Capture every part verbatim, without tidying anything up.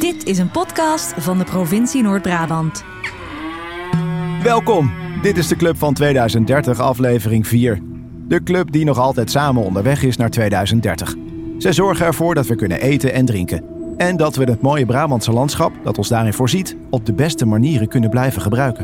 Dit is een podcast van de provincie Noord-Brabant. Welkom, dit is de Club van tweeduizend dertig, aflevering vier. De club die nog altijd samen onderweg is naar tweeduizend dertig. Zij zorgen ervoor dat we kunnen eten en drinken. En dat we het mooie Brabantse landschap, dat ons daarin voorziet, op de beste manieren kunnen blijven gebruiken.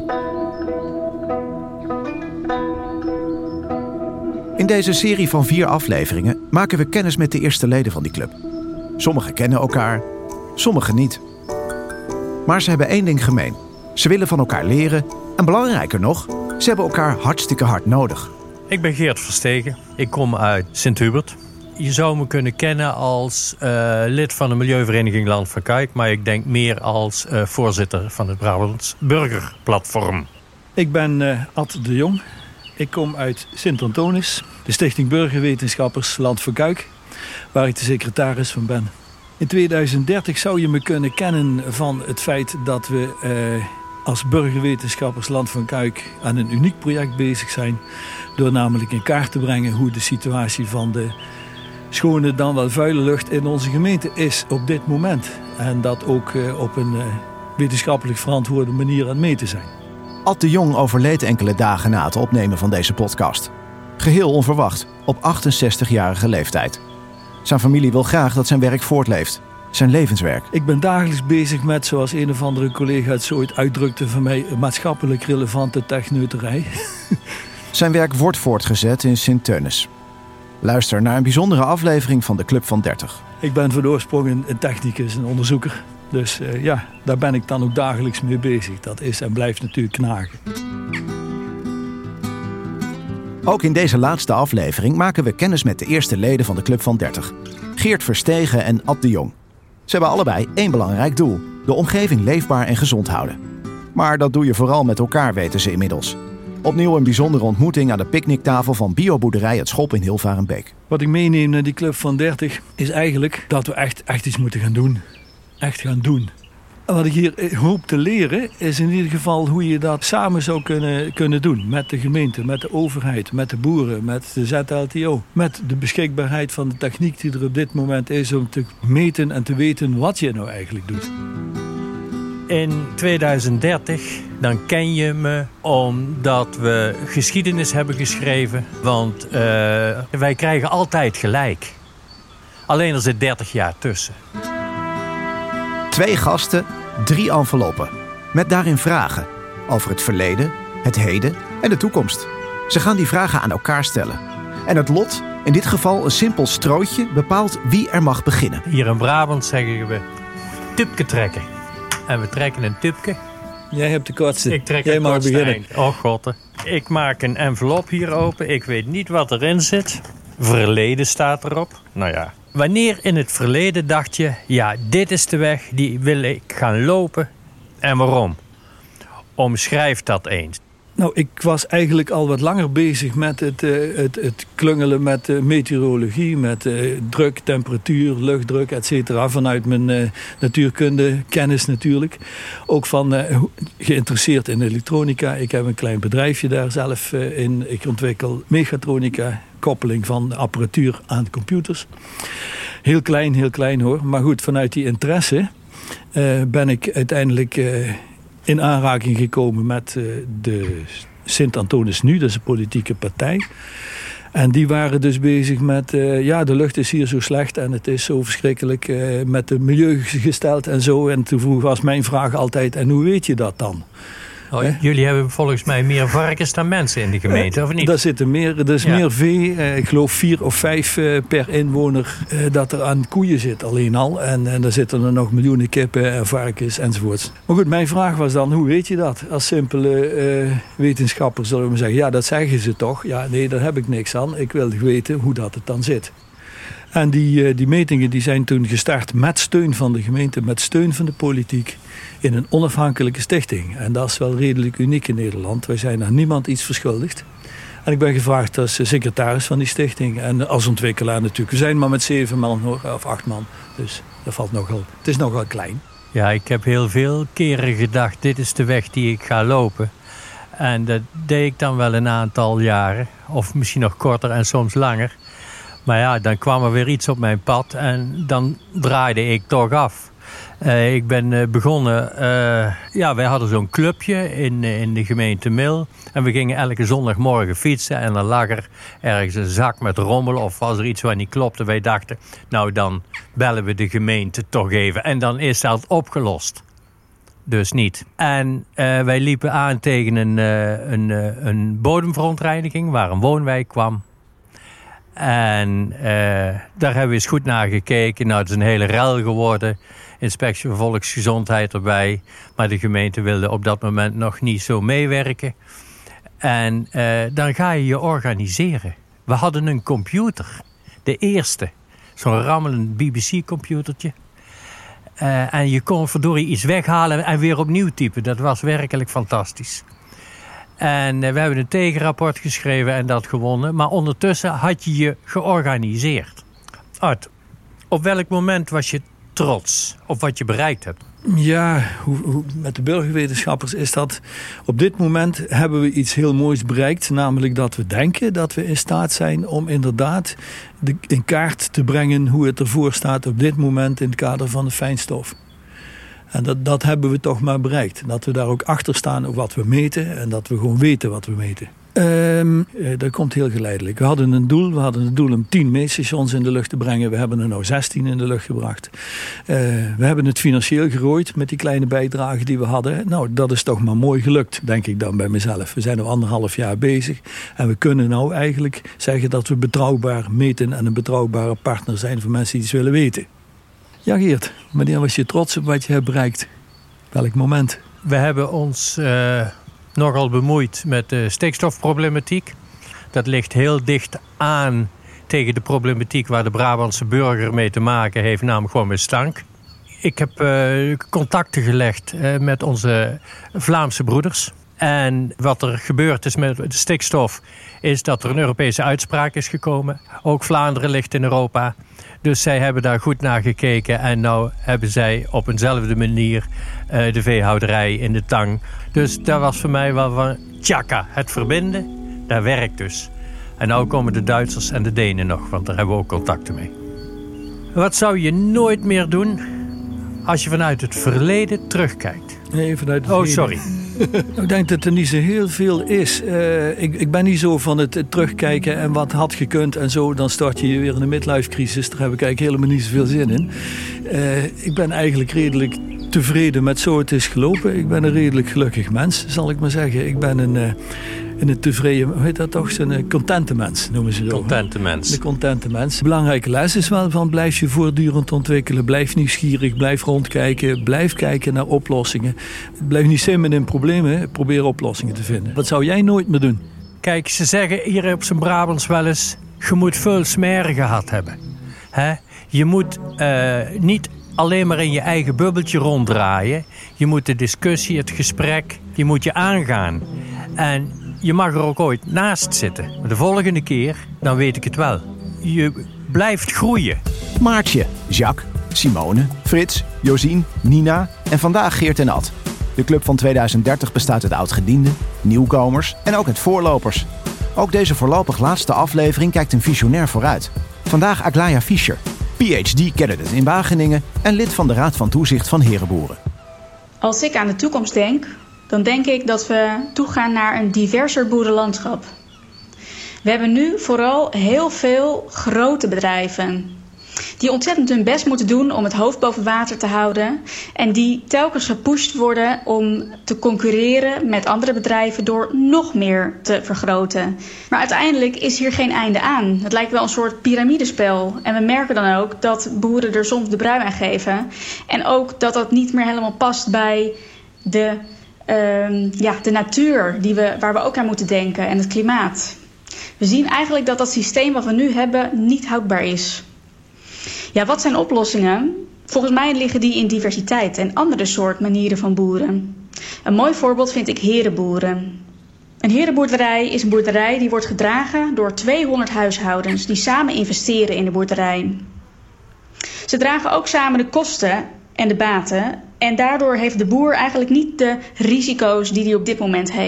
In deze serie van vier afleveringen maken we kennis met de eerste leden van die club. Sommigen kennen elkaar, sommigen niet. Maar ze hebben één ding gemeen. Ze willen van elkaar leren en belangrijker nog, ze hebben elkaar hartstikke hard nodig. Ik ben Geert Verstegen. Ik kom uit Sint-Hubert. Je zou me kunnen kennen als uh, lid van de Milieuvereniging Land van Kuik, maar ik denk meer als uh, voorzitter van het Brabants Burgerplatform. Ik ben uh, Ad de Jong. Ik kom uit Sint-Antonis, de Stichting Burgerwetenschappers Land van Kuik, waar ik de secretaris van ben. In tweeduizend dertig zou je me kunnen kennen van het feit dat we uh, als burgerwetenschappers Land van Kuik aan een uniek project bezig zijn. Door namelijk in kaart te brengen hoe de situatie van de schone dan wel vuile lucht in onze gemeente is op dit moment. En dat ook uh, op een uh, wetenschappelijk verantwoorde manier aan het meten zijn. Ad de Jong overleed enkele dagen na het opnemen van deze podcast. Geheel onverwacht, op achtenzestigjarige leeftijd. Zijn familie wil graag dat zijn werk voortleeft. Zijn levenswerk. Ik ben dagelijks bezig met, zoals een of andere collega het zo ooit uitdrukte van mij, maatschappelijk relevante techneuterij. Zijn werk wordt voortgezet in Sint-Teunis. Luister naar een bijzondere aflevering van de Club van dertig. Ik ben van de oorsprong een, een technicus, een onderzoeker. Dus uh, ja, daar ben ik dan ook dagelijks mee bezig. Dat is en blijft natuurlijk knagen. Ook in deze laatste aflevering maken we kennis met de eerste leden van de Club van dertig. Geert Verstegen en Ad de Jong. Ze hebben allebei één belangrijk doel. De omgeving leefbaar en gezond houden. Maar dat doe je vooral met elkaar, weten ze inmiddels. Opnieuw een bijzondere ontmoeting aan de picknicktafel van bioboerderij Het Schop in Hilvarenbeek. Wat ik meeneem naar die Club van dertig is eigenlijk dat we echt, echt iets moeten gaan doen. Echt gaan doen. En wat ik hier hoop te leren is in ieder geval hoe je dat samen zou kunnen, kunnen doen. Met de gemeente, met de overheid, met de boeren, met de Z L T O. Met de beschikbaarheid van de techniek die er op dit moment is om te meten en te weten wat je nou eigenlijk doet. In tweeduizend dertig dan ken je me omdat we geschiedenis hebben geschreven. Want uh, wij krijgen altijd gelijk. Alleen er zit dertig jaar tussen. Twee gasten, drie enveloppen. Met daarin vragen over het verleden, het heden en de toekomst. Ze gaan die vragen aan elkaar stellen. En het lot, in dit geval een simpel strootje, bepaalt wie er mag beginnen. Hier in Brabant zeggen we tupke trekken. En we trekken een tupke. Jij hebt de kortste. Ik trek Jij het mag kortste beginnen. eind. Oh god. Ik maak een envelop hier open. Ik weet niet wat erin zit. Verleden staat erop. Nou ja. Wanneer in het verleden dacht je, ja, dit is de weg, die wil ik gaan lopen. En waarom? Omschrijf dat eens. Nou, ik was eigenlijk al wat langer bezig met het, uh, het, het klungelen met uh, meteorologie, met uh, druk, temperatuur, luchtdruk, et cetera. Vanuit mijn uh, natuurkunde kennis natuurlijk. Ook van uh, geïnteresseerd in elektronica. Ik heb een klein bedrijfje daar zelf uh, in. Ik ontwikkel mechatronica, koppeling van apparatuur aan de computers. Heel klein, heel klein hoor. Maar goed, vanuit die interesse uh, ben ik uiteindelijk Uh, in aanraking gekomen met uh, de Sint-Antonis Nu, dat is een politieke partij. En die waren dus bezig met, uh, ja, de lucht is hier zo slecht en het is zo verschrikkelijk uh, met het milieu gesteld en zo. En toen was mijn vraag altijd, en hoe weet je dat dan? Oh, eh? Jullie hebben volgens mij meer varkens dan mensen in de gemeente, of niet? Daar zitten meer, er is ja. meer vee. Uh, ik geloof vier of vijf uh, per inwoner uh, dat er aan koeien zit alleen al. En, en daar zitten er nog miljoenen kippen en varkens enzovoorts. Maar goed, mijn vraag was dan, hoe weet je dat? Als simpele uh, wetenschapper zullen we maar zeggen, ja, dat zeggen ze toch. Ja, nee, daar heb ik niks aan. Ik wil weten hoe dat het dan zit. En die, die metingen die zijn toen gestart met steun van de gemeente, met steun van de politiek, in een onafhankelijke stichting. En dat is wel redelijk uniek in Nederland. Wij zijn aan niemand iets verschuldigd. En ik ben gevraagd als secretaris van die stichting en als ontwikkelaar natuurlijk. We zijn maar met zeven man hoor, of acht man. Dus dat valt nogal, het is nogal klein. Ja, ik heb heel veel keren gedacht, dit is de weg die ik ga lopen. En dat deed ik dan wel een aantal jaren, of misschien nog korter en soms langer. Maar ja, dan kwam er weer iets op mijn pad en dan draaide ik toch af. Uh, ik ben uh, begonnen, uh, ja, wij hadden zo'n clubje in, in de gemeente Mil. En we gingen elke zondagmorgen fietsen en dan lag er ergens een zak met rommel of was er iets wat niet klopte. Wij dachten, nou dan bellen we de gemeente toch even en dan is dat opgelost. Dus niet. En uh, wij liepen aan tegen een, uh, een, uh, een bodemverontreiniging waar een woonwijk kwam. En uh, daar hebben we eens goed naar gekeken. Nou, het is een hele rel geworden. Inspectie voor Volksgezondheid erbij. Maar de gemeente wilde op dat moment nog niet zo meewerken. En uh, dan ga je je organiseren. We hadden een computer. De eerste. Zo'n rammelend B B C-computertje. Uh, en je kon verdorie iets weghalen en weer opnieuw typen. Dat was werkelijk fantastisch. En uh, we hebben een tegenrapport geschreven en dat gewonnen. Maar ondertussen had je je georganiseerd. Art, op welk moment was je trots op wat je bereikt hebt? Ja, hoe, hoe, met de burgerwetenschappers is dat... Op dit moment hebben we iets heel moois bereikt. Namelijk dat we denken dat we in staat zijn om inderdaad de, in kaart te brengen hoe het ervoor staat op dit moment in het kader van de fijnstof. En dat, dat hebben we toch maar bereikt. Dat we daar ook achter staan op wat we meten en dat we gewoon weten wat we meten. Um, dat komt heel geleidelijk. We hadden een doel. We hadden het doel om tien meetstations in de lucht te brengen. We hebben er nou zestien in de lucht gebracht. Uh, we hebben het financieel gerooid met die kleine bijdragen die we hadden. Nou, dat is toch maar mooi gelukt, denk ik dan bij mezelf. We zijn nu anderhalf jaar bezig. En we kunnen nou eigenlijk zeggen dat we betrouwbaar meten en een betrouwbare partner zijn voor mensen die iets willen weten. Ja, Geert, wanneer was je trots op wat je hebt bereikt? Welk moment? We hebben ons uh, nogal bemoeid met de stikstofproblematiek. Dat ligt heel dicht aan tegen de problematiek waar de Brabantse burger mee te maken heeft, namelijk gewoon met stank. Ik heb uh, contacten gelegd uh, met onze Vlaamse broeders. En wat er gebeurd is met de stikstof is dat er een Europese uitspraak is gekomen. Ook Vlaanderen ligt in Europa. Dus zij hebben daar goed naar gekeken. En nou hebben zij op eenzelfde manier uh, de veehouderij in de tang. Dus dat was voor mij wel van tjaka, het verbinden. Dat werkt dus. En nou komen de Duitsers en de Denen nog, want daar hebben we ook contacten mee. Wat zou je nooit meer doen als je vanuit het verleden terugkijkt? Nee, vanuit het Oh, heden. sorry. Ik denk dat er niet zo heel veel is. Uh, ik, ik ben niet zo van het, het terugkijken en wat had gekund en zo. Dan start je weer in een midlife crisis. Daar heb ik eigenlijk helemaal niet zoveel zin in. Uh, ik ben eigenlijk redelijk tevreden met zo het is gelopen. Ik ben een redelijk gelukkig mens, zal ik maar zeggen. Ik ben een... Uh, En een tevreden, hoe heet dat toch? Een contente mens noemen ze het. Contente mens. Een contente mens. De belangrijke les is wel van blijf je voortdurend ontwikkelen. Blijf nieuwsgierig, blijf rondkijken. Blijf kijken naar oplossingen. Blijf niet simmen in problemen. Probeer oplossingen te vinden. Wat zou jij nooit meer doen? Kijk, ze zeggen hier op zijn Brabants wel eens, je moet veel smeren gehad hebben. He? Je moet uh, niet alleen maar in je eigen bubbeltje ronddraaien. Je moet de discussie, het gesprek, die moet je aangaan. En je mag er ook ooit naast zitten. Maar de volgende keer, dan weet ik het wel. Je blijft groeien. Maartje, Jacques, Simone, Frits, Josien, Nina en vandaag Geert en Ad. De club van tweeduizend dertig bestaat uit oud-gedienden, nieuwkomers en ook uit voorlopers. Ook deze voorlopig laatste aflevering kijkt een visionair vooruit. Vandaag Aglaya Fischer, P H D-candidate in Wageningen en lid van de Raad van Toezicht van Herenboeren. Als ik aan de toekomst denk, dan denk ik dat we toegaan naar een diverser boerenlandschap. We hebben nu vooral heel veel grote bedrijven die ontzettend hun best moeten doen om het hoofd boven water te houden en die telkens gepusht worden om te concurreren met andere bedrijven door nog meer te vergroten. Maar uiteindelijk is hier geen einde aan. Het lijkt wel een soort piramidespel en we merken dan ook dat boeren er soms de brui aan geven en ook dat dat niet meer helemaal past bij de Uh, ja, de natuur die we, waar we ook aan moeten denken en het klimaat. We zien eigenlijk dat dat systeem wat we nu hebben niet houdbaar is. Ja, wat zijn oplossingen? Volgens mij liggen die in diversiteit en andere soort manieren van boeren. Een mooi voorbeeld vind ik herenboeren. Een herenboerderij is een boerderij die wordt gedragen door tweehonderd huishoudens die samen investeren in de boerderij. Ze dragen ook samen de kosten en de baten. En daardoor heeft de boer eigenlijk niet de risico's die hij op dit moment heeft.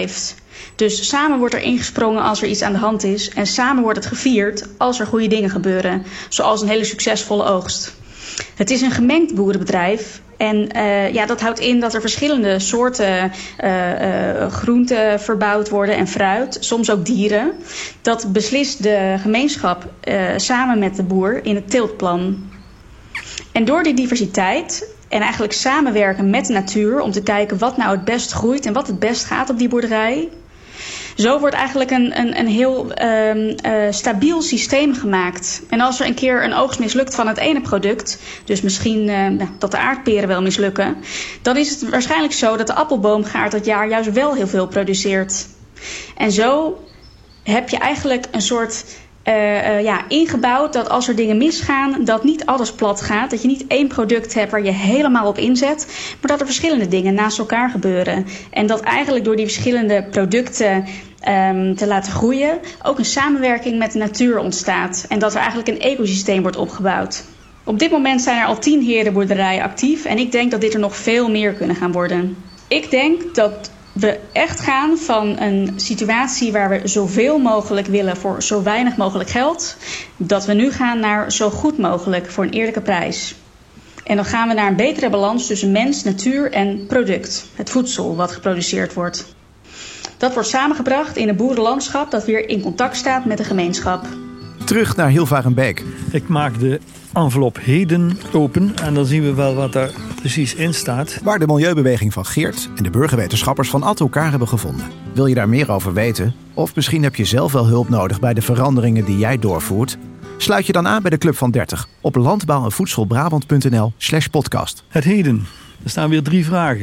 Dus samen wordt er ingesprongen als er iets aan de hand is. En samen wordt het gevierd als er goede dingen gebeuren. Zoals een hele succesvolle oogst. Het is een gemengd boerenbedrijf. En uh, ja, dat houdt in dat er verschillende soorten uh, uh, groenten verbouwd worden en fruit. Soms ook dieren. Dat beslist de gemeenschap uh, samen met de boer in het teeltplan. En door die diversiteit en eigenlijk samenwerken met de natuur om te kijken wat nou het best groeit en wat het best gaat op die boerderij. Zo wordt eigenlijk een, een, een heel uh, uh, stabiel systeem gemaakt. En als er een keer een oogst mislukt van het ene product, dus misschien uh, nou, dat de aardperen wel mislukken, dan is het waarschijnlijk zo dat de appelboomgaard dat jaar juist wel heel veel produceert. En zo heb je eigenlijk een soort Uh, uh, ja, ingebouwd dat als er dingen misgaan, dat niet alles plat gaat. Dat je niet één product hebt waar je helemaal op inzet, maar dat er verschillende dingen naast elkaar gebeuren. En dat eigenlijk door die verschillende producten um, te laten groeien, ook een samenwerking met de natuur ontstaat. En dat er eigenlijk een ecosysteem wordt opgebouwd. Op dit moment zijn er al tien herenboerderijen actief en ik denk dat dit er nog veel meer kunnen gaan worden. Ik denk dat we echt gaan van een situatie waar we zoveel mogelijk willen voor zo weinig mogelijk geld, dat we nu gaan naar zo goed mogelijk voor een eerlijke prijs. En dan gaan we naar een betere balans tussen mens, natuur en product, het voedsel wat geproduceerd wordt. Dat wordt samengebracht in een boerenlandschap dat weer in contact staat met de gemeenschap. Terug naar Hilvarenbeek. Ik maak de envelop heden open en dan zien we wel wat daar precies in staat. Waar de milieubeweging van Geert en de burgerwetenschappers van Ad elkaar hebben gevonden. Wil je daar meer over weten? Of misschien heb je zelf wel hulp nodig bij de veranderingen die jij doorvoert? Sluit je dan aan bij de Club van dertig op landbouw en voedselbrabant punt n l slash podcast. Het heden. Er staan weer drie vragen.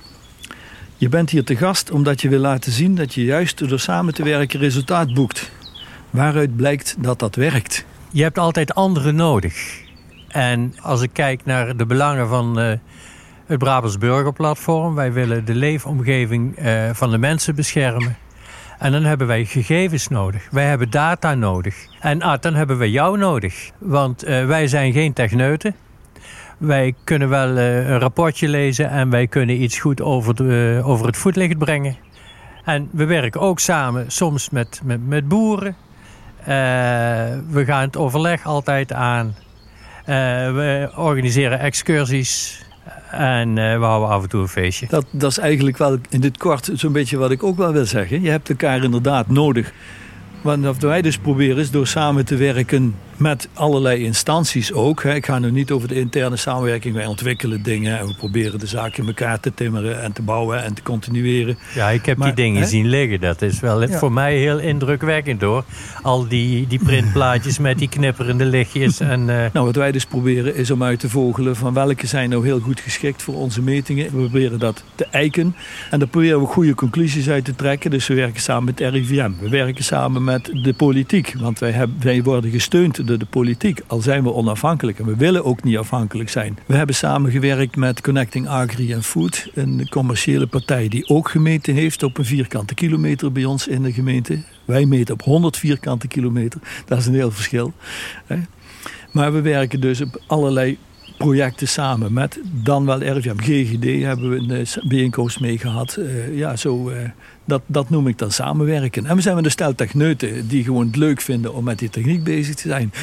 Je bent hier te gast omdat je wil laten zien dat je juist door samen te werken resultaat boekt. Waaruit blijkt dat dat werkt? Je hebt altijd anderen nodig. En als ik kijk naar de belangen van uh, het Brabants Burgerplatform, wij willen de leefomgeving uh, van de mensen beschermen. En dan hebben wij gegevens nodig. Wij hebben data nodig. En ah, dan hebben wij jou nodig. Want uh, wij zijn geen techneuten. Wij kunnen wel uh, een rapportje lezen en wij kunnen iets goed over, de, uh, over het voetlicht brengen. En we werken ook samen soms met, met, met boeren. Uh, we gaan het overleg altijd aan. Uh, we organiseren excursies. En uh, we houden af en toe een feestje. Dat, dat is eigenlijk wel in dit kort zo'n beetje wat ik ook wel wil zeggen. Je hebt elkaar inderdaad nodig. Wat wij dus proberen is door samen te werken met allerlei instanties ook. Ik ga nu niet over de interne samenwerking. Wij ontwikkelen dingen en we proberen de zaak in elkaar te timmeren en te bouwen en te continueren. Ja, ik heb maar, die dingen hè? zien liggen. Dat is wel ja. voor mij heel indrukwekkend hoor. Al die, die printplaatjes met die knipperende lichtjes. En, uh... Nou, wat wij dus proberen is om uit te vogelen van welke zijn nou heel goed geschikt voor onze metingen. We proberen dat te eiken. En daar proberen we goede conclusies uit te trekken. Dus we werken samen met R I V M. We werken samen met de politiek. Want wij, hebben, wij worden gesteund door de politiek. Al zijn we onafhankelijk. En we willen ook niet afhankelijk zijn. We hebben samengewerkt met Connecting Agri and Food. Een commerciële partij die ook gemeten heeft op een vierkante kilometer bij ons in de gemeente. Wij meten op honderd vierkante kilometer. Dat is een heel verschil. Maar we werken dus op allerlei projecten samen met dan wel R I V M. G G D hebben we een bijeenkomst mee gehad. Uh, ja, zo, uh, dat, dat noem ik dan samenwerken. En we zijn met een stel techneuten die gewoon het leuk vinden om met die techniek bezig te zijn.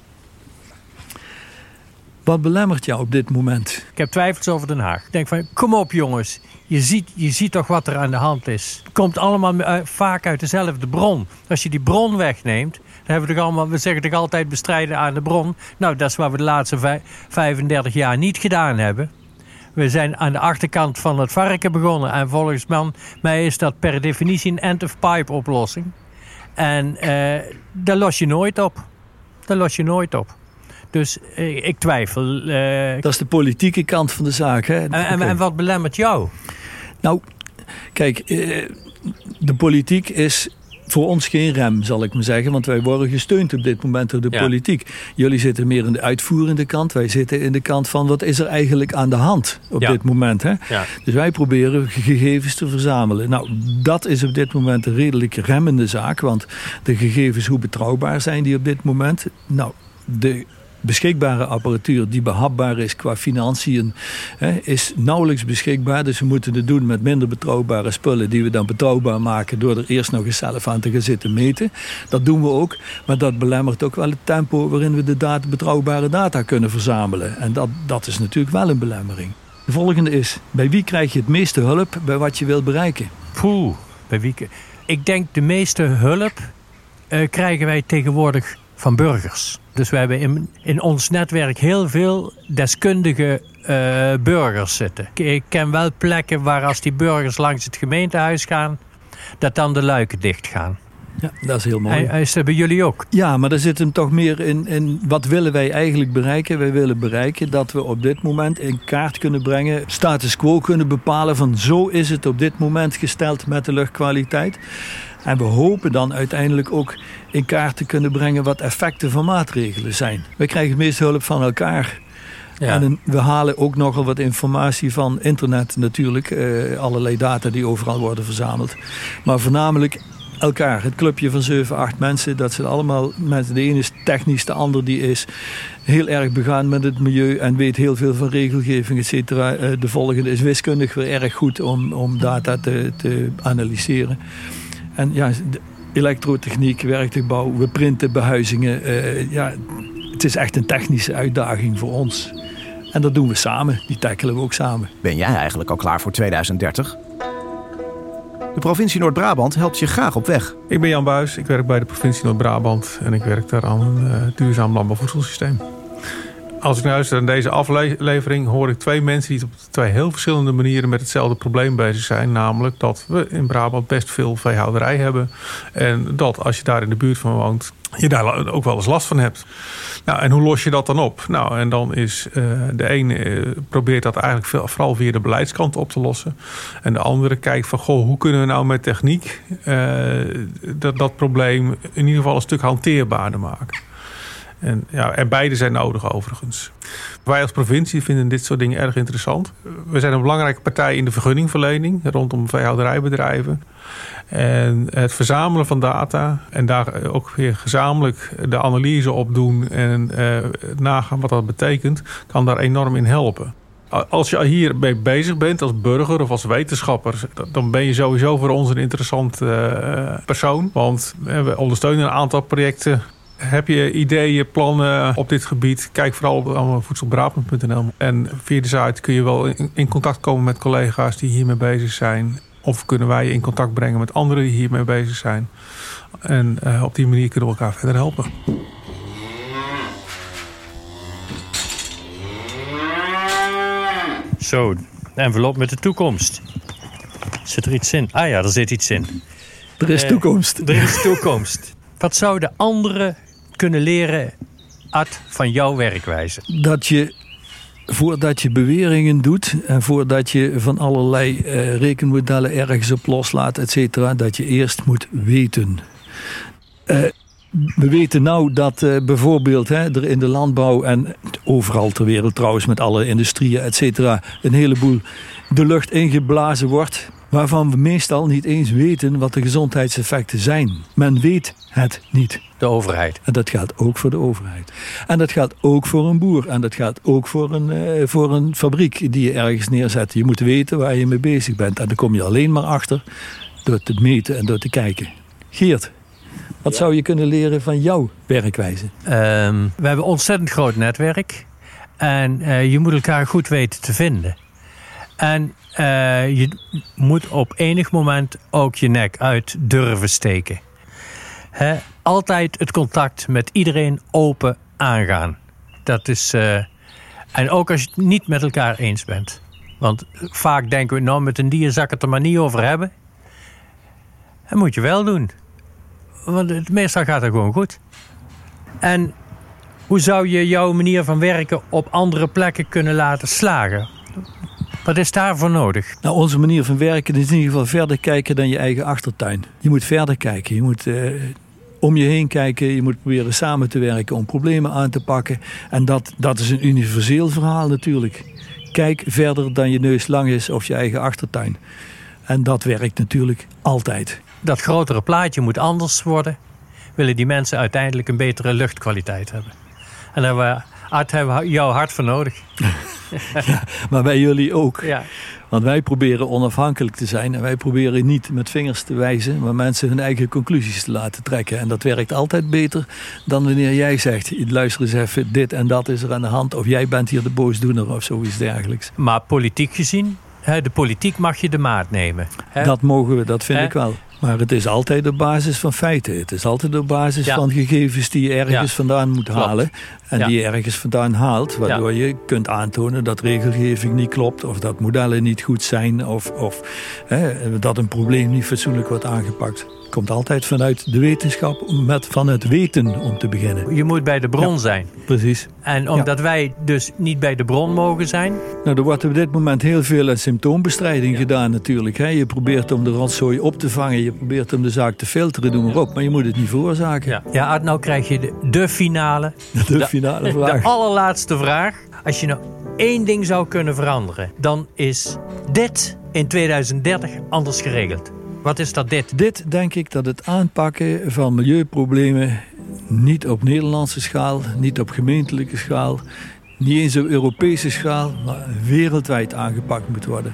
Wat belemmert jou op dit moment? Ik heb twijfels over Den Haag. Ik denk van, kom op jongens. Je ziet, je ziet toch wat er aan de hand is. Het komt allemaal uh, vaak uit dezelfde bron. Als je die bron wegneemt, dan hebben we toch allemaal, we zeggen toch altijd bestrijden aan de bron. Nou, dat is wat we de laatste vij, vijfendertig jaar niet gedaan hebben. We zijn aan de achterkant van het varken begonnen. En volgens mij is dat per definitie een end-of-pipe oplossing. En uh, daar los je nooit op. Daar los je nooit op. Dus uh, ik twijfel. Uh, dat is de politieke kant van de zaak, hè? En, en, okay. en wat belemmert jou? Nou, kijk, uh, de politiek is voor ons geen rem, zal ik maar zeggen. Want wij worden gesteund op dit moment door de ja. politiek. Jullie zitten meer in de uitvoerende kant. Wij zitten in de kant van wat is er eigenlijk aan de hand op ja. dit moment. Hè? Ja. Dus wij proberen gegevens te verzamelen. Nou, dat is op dit moment een redelijk remmende zaak. Want de gegevens, hoe betrouwbaar zijn die op dit moment? Nou, de... beschikbare apparatuur die behapbaar is qua financiën, hè, is nauwelijks beschikbaar. Dus we moeten het doen met minder betrouwbare spullen die we dan betrouwbaar maken door er eerst nog eens zelf aan te gaan zitten meten. Dat doen we ook, maar dat belemmert ook wel het tempo waarin we de data, betrouwbare data kunnen verzamelen. En dat, dat is natuurlijk wel een belemmering. De volgende is, bij wie krijg je het meeste hulp bij wat je wilt bereiken? Poeh, bij wie... Ik denk de meeste hulp uh, krijgen wij tegenwoordig van burgers. Dus we hebben in, in ons netwerk heel veel deskundige uh, burgers zitten. Ik ken wel plekken waar als die burgers langs het gemeentehuis gaan, dat dan de luiken dicht gaan. Ja, dat is heel mooi. En is dat bij jullie ook? Ja, maar daar zit hem toch meer in, in wat willen wij eigenlijk bereiken? Wij willen bereiken dat we op dit moment in kaart kunnen brengen, status quo kunnen bepalen van zo is het op dit moment gesteld met de luchtkwaliteit. En we hopen dan uiteindelijk ook in kaart te kunnen brengen wat effecten van maatregelen zijn. Wij krijgen het meeste hulp van elkaar. Ja. En we halen ook nogal wat informatie van internet natuurlijk. Uh, allerlei data die overal worden verzameld. Maar voornamelijk elkaar. Het clubje van zeven, acht mensen. Dat zijn allemaal mensen. De ene is technisch, de ander die is heel erg begaan met het milieu en weet heel veel van regelgeving, et cetera. Uh, de volgende is wiskundig weer erg goed om, om data te, te analyseren. En ja, de elektrotechniek, werktuigbouw, we printen behuizingen. Uh, ja, het is echt een technische uitdaging voor ons. En dat doen we samen. Die tackelen we ook samen. Ben jij eigenlijk al klaar voor tweeduizend dertig? De provincie Noord-Brabant helpt je graag op weg. Ik ben Jan Buis, ik werk bij de provincie Noord-Brabant en ik werk daar aan een uh, duurzaam landbouwvoedselsysteem. Als ik luister naar deze aflevering hoor ik twee mensen die op twee heel verschillende manieren met hetzelfde probleem bezig zijn. Namelijk dat we in Brabant best veel veehouderij hebben. En dat als je daar in de buurt van woont, je daar ook wel eens last van hebt. Nou, en hoe los je dat dan op? Nou, en dan is uh, de ene uh, probeert dat eigenlijk veel, vooral via de beleidskant op te lossen. En de andere kijkt van, goh, hoe kunnen we nou met techniek uh, dat, dat probleem in ieder geval een stuk hanteerbaarder maken. En, ja, en beide zijn nodig overigens. Wij als provincie vinden dit soort dingen erg interessant. We zijn een belangrijke partij in de vergunningverlening rondom veehouderijbedrijven. En het verzamelen van data en daar ook weer gezamenlijk de analyse op doen en uh, nagaan wat dat betekent, kan daar enorm in helpen. Als je hiermee bezig bent als burger of als wetenschapper, dan ben je sowieso voor ons een interessant uh, persoon. Want we ondersteunen een aantal projecten. Heb je ideeën, plannen op dit gebied? Kijk vooral op voedselbrabant punt n l. En via de site kun je wel in contact komen met collega's die hiermee bezig zijn. Of kunnen wij je in contact brengen met anderen die hiermee bezig zijn. En uh, op die manier kunnen we elkaar verder helpen. Zo, envelop met de toekomst. Zit er iets in? Ah ja, er zit iets in. Er is toekomst. Uh, er is toekomst. Wat zouden anderen kunnen leren, Ad, van jouw werkwijze? Dat je, voordat je beweringen doet en voordat je van allerlei uh, rekenmodellen ergens op loslaat, et cetera, dat je eerst moet weten. Uh, we weten nou dat uh, bijvoorbeeld hè, er in de landbouw en overal ter wereld trouwens met alle industrieën, et cetera, een heleboel de lucht ingeblazen wordt, waarvan we meestal niet eens weten wat de gezondheidseffecten zijn. Men weet het niet. De overheid. En dat geldt ook voor de overheid. En dat geldt ook voor een boer. En dat geldt ook voor een, uh, voor een fabriek die je ergens neerzet. Je moet weten waar je mee bezig bent. En daar kom je alleen maar achter door te meten en door te kijken. Geert, wat ja. zou je kunnen leren van jouw werkwijze? Um, we hebben een ontzettend groot netwerk. En uh, je moet elkaar goed weten te vinden. En uh, je moet op enig moment ook je nek uit durven steken. He, altijd het contact met iedereen open aangaan. Dat is, uh, en ook als je het niet met elkaar eens bent. Want vaak denken we, nou met een dier zal ik het er maar niet over hebben. Dat moet je wel doen. Want het meestal gaat het gewoon goed. En hoe zou je jouw manier van werken op andere plekken kunnen laten slagen? Wat is daarvoor nodig? Nou, onze manier van werken is in ieder geval verder kijken dan je eigen achtertuin. Je moet verder kijken. Je moet uh, om je heen kijken. Je moet proberen samen te werken om problemen aan te pakken. En dat, dat is een universeel verhaal natuurlijk. Kijk verder dan je neus lang is of je eigen achtertuin. En dat werkt natuurlijk altijd. Dat grotere plaatje moet anders worden. Willen die mensen uiteindelijk een betere luchtkwaliteit hebben. En daar hebben we Art, hebben we jouw hart voor nodig. Ja, maar wij jullie ook. Ja. Want wij proberen onafhankelijk te zijn. En wij proberen niet met vingers te wijzen, maar mensen hun eigen conclusies te laten trekken. En dat werkt altijd beter dan wanneer jij zegt, luister eens even, dit en dat is er aan de hand. Of jij bent hier de boosdoener of zoiets dergelijks. Maar politiek gezien, hè, de politiek mag je de maat nemen. Hè? Dat mogen we, dat vind Hè? ik wel. Maar het is altijd op basis van feiten. Het is altijd op basis Ja. van gegevens die je ergens Ja. vandaan moet Klopt. halen. En Ja. die je ergens vandaan haalt. Waardoor Ja. je kunt aantonen dat regelgeving niet klopt. Of dat modellen niet goed zijn. Of, of hè, dat een probleem niet fatsoenlijk wordt aangepakt. Het komt altijd vanuit de wetenschap. Met, van het weten om te beginnen. Je moet bij de bron Ja. zijn. Precies. En omdat ja. wij dus niet bij de bron mogen zijn. Nou, er wordt op dit moment heel veel aan symptoombestrijding ja. gedaan natuurlijk. Hè. Je probeert om de rotzooi op te vangen. Je probeert om de zaak te filteren, doe maar op. Maar je moet het niet veroorzaken. Ja, ja Art, nou krijg je de, de finale. De, de finale vraag. De allerlaatste vraag. Als je nou één ding zou kunnen veranderen, dan is dit in tweeduizend dertig anders geregeld. Wat is dat dit? Dit denk ik dat het aanpakken van milieuproblemen niet op Nederlandse schaal, niet op gemeentelijke schaal, niet eens op Europese schaal, maar wereldwijd aangepakt moet worden.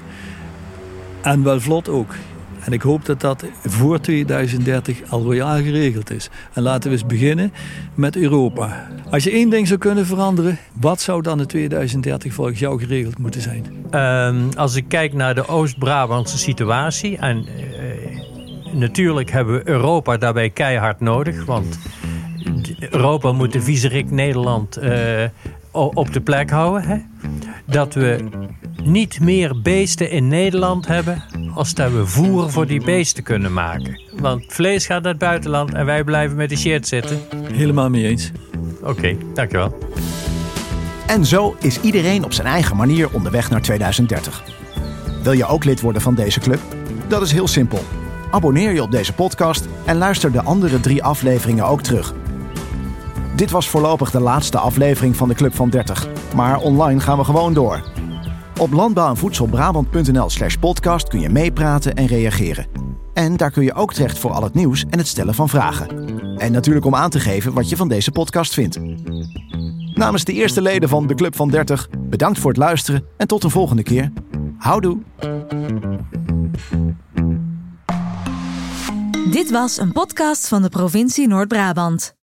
En wel vlot ook. En ik hoop dat dat voor tweeduizend dertig al royaal geregeld is. En laten we eens beginnen met Europa. Als je één ding zou kunnen veranderen, wat zou dan in tweeduizend dertig volgens jou geregeld moeten zijn? Um, als ik kijk naar de Oost-Brabantse situatie, en uh, natuurlijk hebben we Europa daarbij keihard nodig, want Europa moet de viezerik Nederland uh, op de plek houden. Hè? Dat we niet meer beesten in Nederland hebben als dat we voer voor die beesten kunnen maken. Want vlees gaat naar het buitenland en wij blijven met de shit zitten. Helemaal mee eens. Oké, okay, dankjewel. En zo is iedereen op zijn eigen manier onderweg naar tweeduizend dertig. Wil je ook lid worden van deze club? Dat is heel simpel. Abonneer je op deze podcast en luister de andere drie afleveringen ook terug. Dit was voorlopig de laatste aflevering van de Club van dertig. Maar online gaan we gewoon door. Op landbouw en voedselbrabant punt n l slash podcast kun je meepraten en reageren. En daar kun je ook terecht voor al het nieuws en het stellen van vragen. En natuurlijk om aan te geven wat je van deze podcast vindt. Namens de eerste leden van de Club van dertig, bedankt voor het luisteren en tot een volgende keer. Houdoe! Dit was een podcast van de provincie Noord-Brabant.